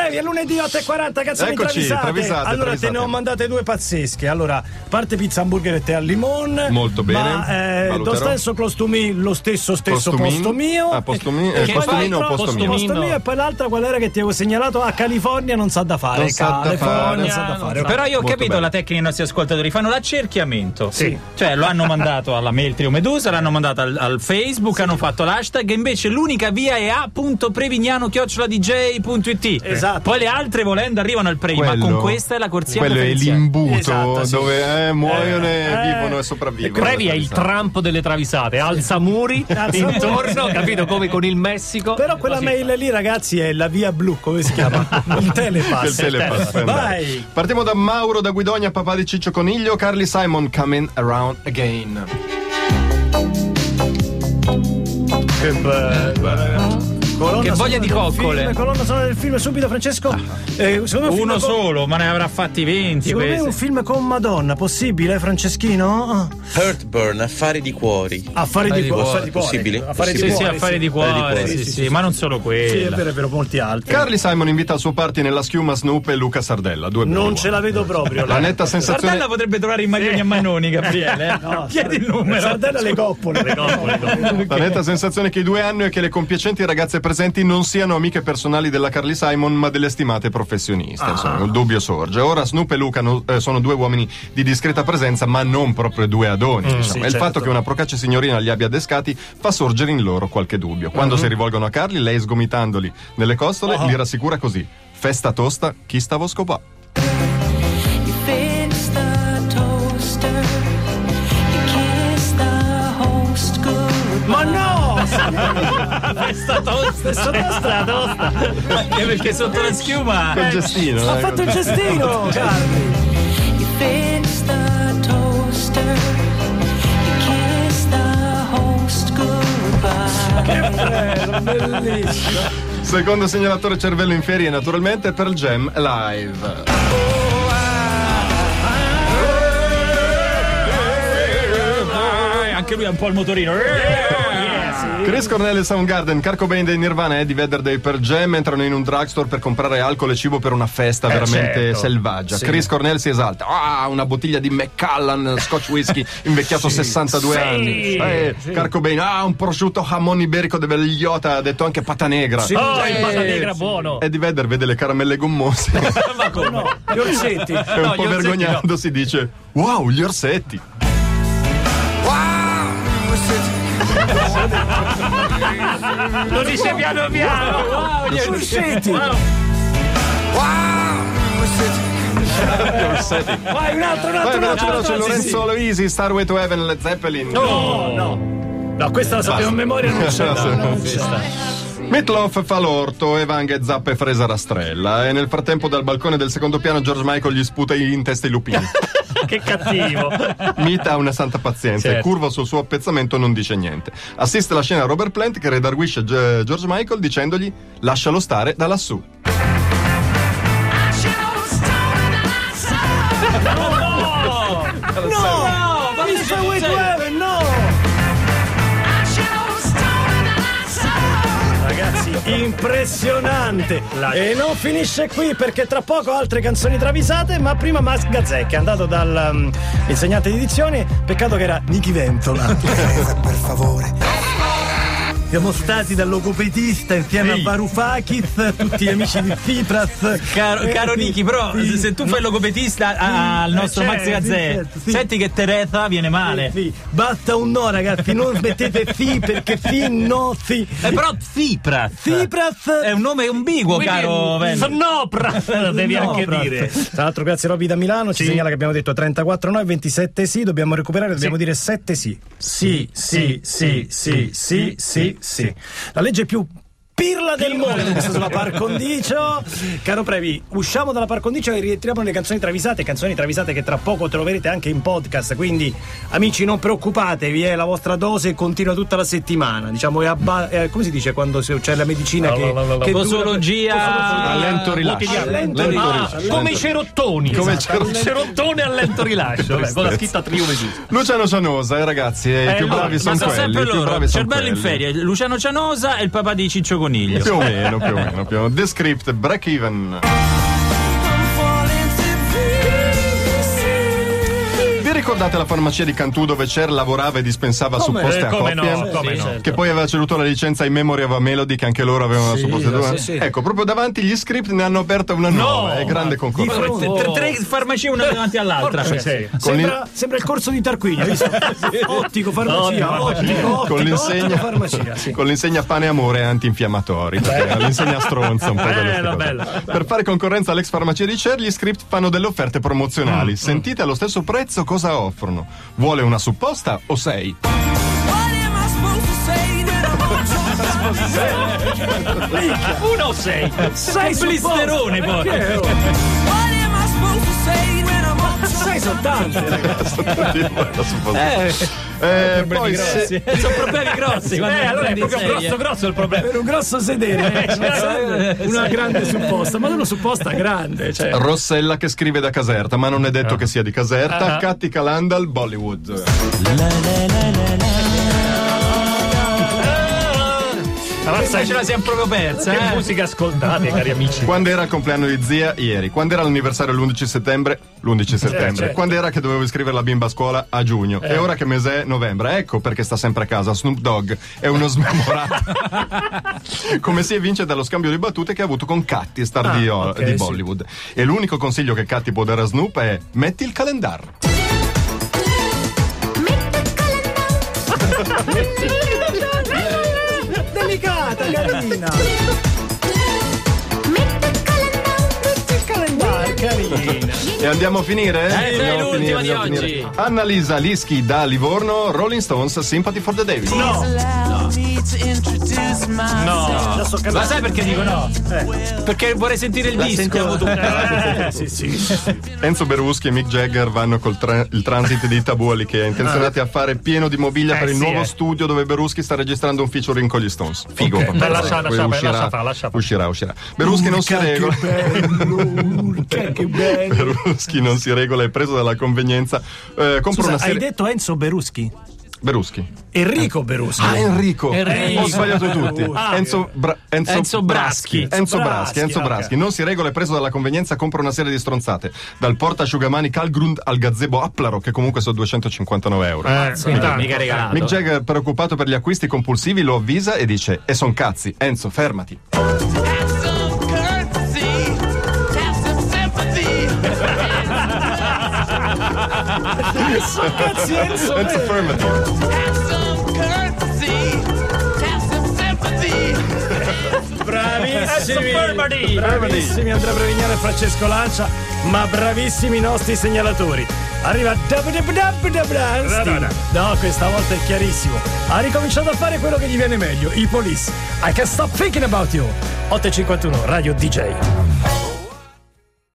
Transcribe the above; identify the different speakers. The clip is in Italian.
Speaker 1: Previ, è lunedì 8:40, canzoni travisate. Allora te ne ho mandate due pazzesche. Allora, parte pizza, hamburger e tè al limon.
Speaker 2: Molto bene.
Speaker 1: Ma Don't Stand So Close To Me, lo stesso posto mio.
Speaker 2: Postomino o posto mio?
Speaker 1: Posto mio. E poi l'altra qual era che ti avevo segnalato? A California non sa da fare.
Speaker 2: Non sa da fare.
Speaker 3: Però io ho capito la tecnica, i nostri ascoltatori fanno l'accerchiamento.
Speaker 1: Sì.
Speaker 3: Cioè lo hanno mandato alla mail Trio Medusa, l'hanno mandato al Facebook, hanno fatto l'hashtag, e invece l'unica via è a.prevignano@dj.it.
Speaker 1: Esatto.
Speaker 3: Poi le altre volendo arrivano al premio, ma con questa è la corsia
Speaker 2: quello
Speaker 3: preferenziale.
Speaker 2: È l'imbuto,
Speaker 1: esatto, sì.
Speaker 2: Dove muoiono e vivono e sopravvivono.
Speaker 4: Previ è il Trump delle travisate, alza muri intorno, capito, come con il Messico.
Speaker 1: Però quella mail lì, ragazzi, è la via blu, come si chiama? Il telepass. Vai.
Speaker 2: Partiamo da Mauro da Guidonia, papà di Ciccio Coniglio. Carly Simon, Coming Around Again.
Speaker 1: Che bello.
Speaker 3: Che voglia di coccole.
Speaker 1: Colonna sonora del film, subito Francesco. Secondo me
Speaker 3: Uno solo, ma ne avrà fatti 20.
Speaker 1: Secondo me è un film con Madonna, possibile, Franceschino?
Speaker 5: Heartburn, affari di cuori.
Speaker 1: Affari di cuore.
Speaker 5: Possibile?
Speaker 1: Affari di
Speaker 3: Sì,
Speaker 1: cuore.
Speaker 3: affari di cuore, sì, ma non solo quello.
Speaker 1: Sì, è vero, molti altri.
Speaker 2: Carly Simon invita al suo party nella schiuma Snoop e Luca Sardella.
Speaker 1: Non ce la vedo proprio.
Speaker 2: La netta sensazione.
Speaker 3: Sardella potrebbe trovare i Marioni a Mannoni, Gabriele.
Speaker 1: No,
Speaker 3: chiedi il numero.
Speaker 1: Sardella le coppole.
Speaker 2: La netta sensazione che i due hanno è che le compiacenti ragazze presenti non siano amiche personali della Carly Simon, ma delle stimate professioniste. Insomma, il dubbio sorge. Ora Snoop e Luca sono due uomini di discreta presenza, ma non proprio due adoni. Diciamo. E il fatto che una procace signorina li abbia adescati fa sorgere in loro qualche dubbio. Quando si rivolgono a Carly, lei sgomitandoli nelle costole li rassicura così: festa tosta, chi stavo scopà.
Speaker 1: Ma no!
Speaker 3: Festa tosta. Anche perché sotto la schiuma
Speaker 2: Col gestino.
Speaker 1: Ha fatto il gestino, Carly. Che bello, bellissimo.
Speaker 2: Secondo segnalatore cervello in ferie, naturalmente, per il Jam Live.
Speaker 3: anche lui ha un po' il motorino.
Speaker 2: Chris Cornell e Soundgarden, Kurt Cobain dei Nirvana e Eddie Vedder dei Pearl Jam entrano in un drugstore per comprare alcol e cibo per una festa veramente selvaggia. Sì. Chris Cornell si esalta: una bottiglia di Macallan Scotch Whisky invecchiato 62 anni. Kurt Cobain: un prosciutto jamon iberico della Iota, detto anche pata negra.
Speaker 4: Il pata negra buono.
Speaker 2: Eddie Vedder vede le caramelle gommose.
Speaker 4: Ma come? No,
Speaker 1: gli orsetti.
Speaker 2: E un po' vergognando si dice: wow, gli orsetti.
Speaker 4: Lo dice piano piano.
Speaker 1: Wow, gli orsetti. Vai, un altro.
Speaker 2: C'è Lorenzo Aloisi, Starway to Heaven, Led Zeppelin.
Speaker 1: No, questa la sappiamo a memoria, non c'è.
Speaker 2: Meatloaf fa l'orto e Vanghe zappa e Fresa rastrella. E nel frattempo dal balcone del secondo piano George Michael gli sputa in testa i lupini.
Speaker 4: Che cattivo.
Speaker 2: Mita ha una santa pazienza, certo. E curvo sul suo appezzamento non dice niente. Assiste la scena Robert Plant che redarguisce George Michael dicendogli: lascialo stare da lassù.
Speaker 1: Impressionante. E non finisce qui, perché tra poco altre canzoni travisate, ma prima Max Gazzè, che è andato dal insegnante di edizione. Peccato che era Nichi Ventola.
Speaker 6: Per favore.
Speaker 1: Siamo stati dal logopedista insieme a Varoufakis, tutti gli amici di Tsipras.
Speaker 3: Caro Nichi, però se tu fai il logopedista al nostro Max Gazzè, senti che Teresa viene male.
Speaker 1: Basta un no, ragazzi, non smettete perché no.
Speaker 3: Però Tsipras è un nome ambiguo, caro
Speaker 4: Snopras devi anche dire.
Speaker 1: Tra l'altro, grazie Robby da Milano, ci segnala che abbiamo detto 34 no e 27 sì, dobbiamo recuperare, dobbiamo dire 7 sì. Sì. La legge più pirla del mondo sulla par condicio. Caro Previ, usciamo dalla par condicio e rientriamo nelle canzoni travisate che tra poco troverete anche in podcast, quindi amici non preoccupatevi, la vostra dose continua tutta la settimana, diciamo come si dice quando c'è la medicina che
Speaker 3: posologia
Speaker 2: a lento rilascio,
Speaker 4: come i cerottoni, cerottone a lento rilascio, con la scritta Trio Medusa.
Speaker 2: Luciano Cianosa, ragazzi, i più bravi sono quelli,
Speaker 3: sempre loro. Cervello in ferie, Luciano Cianosa e il papà di Ciccio Coniglio. coniglio.
Speaker 2: Più o meno. The Script, Break Even. Vi ricordate la farmacia di Cantù dove Cher lavorava e dispensava supposte a coppie?
Speaker 1: Come no?
Speaker 2: Che poi aveva ceduto la licenza in Memory of a Melody, che anche loro avevano la supposte due.
Speaker 1: sì.
Speaker 2: Ecco, proprio davanti gli Script ne hanno aperta una nuova, è grande concorrenza.
Speaker 3: Tre farmacie una davanti all'altra.
Speaker 1: Sembra il corso di Tarquinio. Ottico, farmacia, ottico, farmacia. Sì.
Speaker 2: Con l'insegna pane amore e antinfiammatori, perché l'insegna stronza un po'
Speaker 4: Bello.
Speaker 2: Per fare concorrenza all'ex farmacia di Cher, gli Script fanno delle offerte promozionali. Sentite allo stesso prezzo cosa offrono. Vuole una supposta o 6?
Speaker 4: Uno o 6?
Speaker 1: Sei
Speaker 3: blisterone poi.
Speaker 1: 6 sono tante, ragazzi.
Speaker 2: Poi
Speaker 3: Sono problemi grossi.
Speaker 4: Allora è proprio grosso il problema.
Speaker 1: Per un grosso sedere, una grande supposta, ma una supposta grande. Cioè.
Speaker 2: Rossella che scrive da Caserta, ma non è detto che sia di Caserta. Catti Calandal, Bollywood.
Speaker 3: Questa ce la siamo proprio persa.
Speaker 4: Che musica ascoltate, cari amici.
Speaker 2: Quando era il compleanno di zia? Ieri. Quando era l'anniversario l'11 settembre? L'11 settembre.
Speaker 1: certo.
Speaker 2: Quando era che dovevo iscrivere la bimba a scuola? A giugno. E ora che mese è? Novembre. Ecco perché sta sempre a casa. Snoop Dogg è uno smemorato. Come si evince dallo scambio di battute che ha avuto con Catti, star di Bollywood. E l'unico consiglio che Catti può dare a Snoop è: metti il calendar.
Speaker 1: Delicata, carina. Carina.
Speaker 2: E andiamo a finire?
Speaker 3: Dai, l'ultima di
Speaker 2: andiamo a
Speaker 3: oggi.
Speaker 2: finire. Annalisa Lischi da Livorno, Rolling Stones, Sympathy for the Devil.
Speaker 3: No. Ma sai perché dico no? Perché vorrei sentire il disco.
Speaker 5: Sentiamo tutta.
Speaker 1: Sì.
Speaker 2: Enzo Beruschi e Mick Jagger vanno col il transit di Tabù che è intenzionati a fare pieno di mobilia per il nuovo studio dove Beruschi sta registrando un featuring con gli Stones. Figo.
Speaker 4: Lascia
Speaker 2: Uscirà. Beruschi non si regola.
Speaker 1: Che bello.
Speaker 2: Beruschi non si regola, è preso dalla convenienza. Compra una serie.
Speaker 1: Hai detto Enzo Beruschi?
Speaker 2: Beruschi.
Speaker 1: Enrico Beruschi.
Speaker 2: Enrico. Ho sbagliato tutti. Enzo
Speaker 3: Braschi.
Speaker 2: Braschi. Non si regola, è preso dalla convenienza, compra una serie di stronzate. Dal portasciugamani Calgrund al gazebo Applaro, che comunque sono 259 euro.
Speaker 3: Mica regalato.
Speaker 2: Mick Jagger, preoccupato per gli acquisti compulsivi, lo avvisa e dice: e son cazzi, Enzo, fermati.
Speaker 1: Cazzi, Enzo,
Speaker 2: fermati.
Speaker 1: Bravissimi Andrea Prevignano e Francesco Lancia, ma bravissimi i nostri segnalatori. Arriva no, questa volta è chiarissimo. Ha ricominciato a fare quello che gli viene meglio, i Police. I Can't Stop Thinking About You. 8:51 Radio DJ.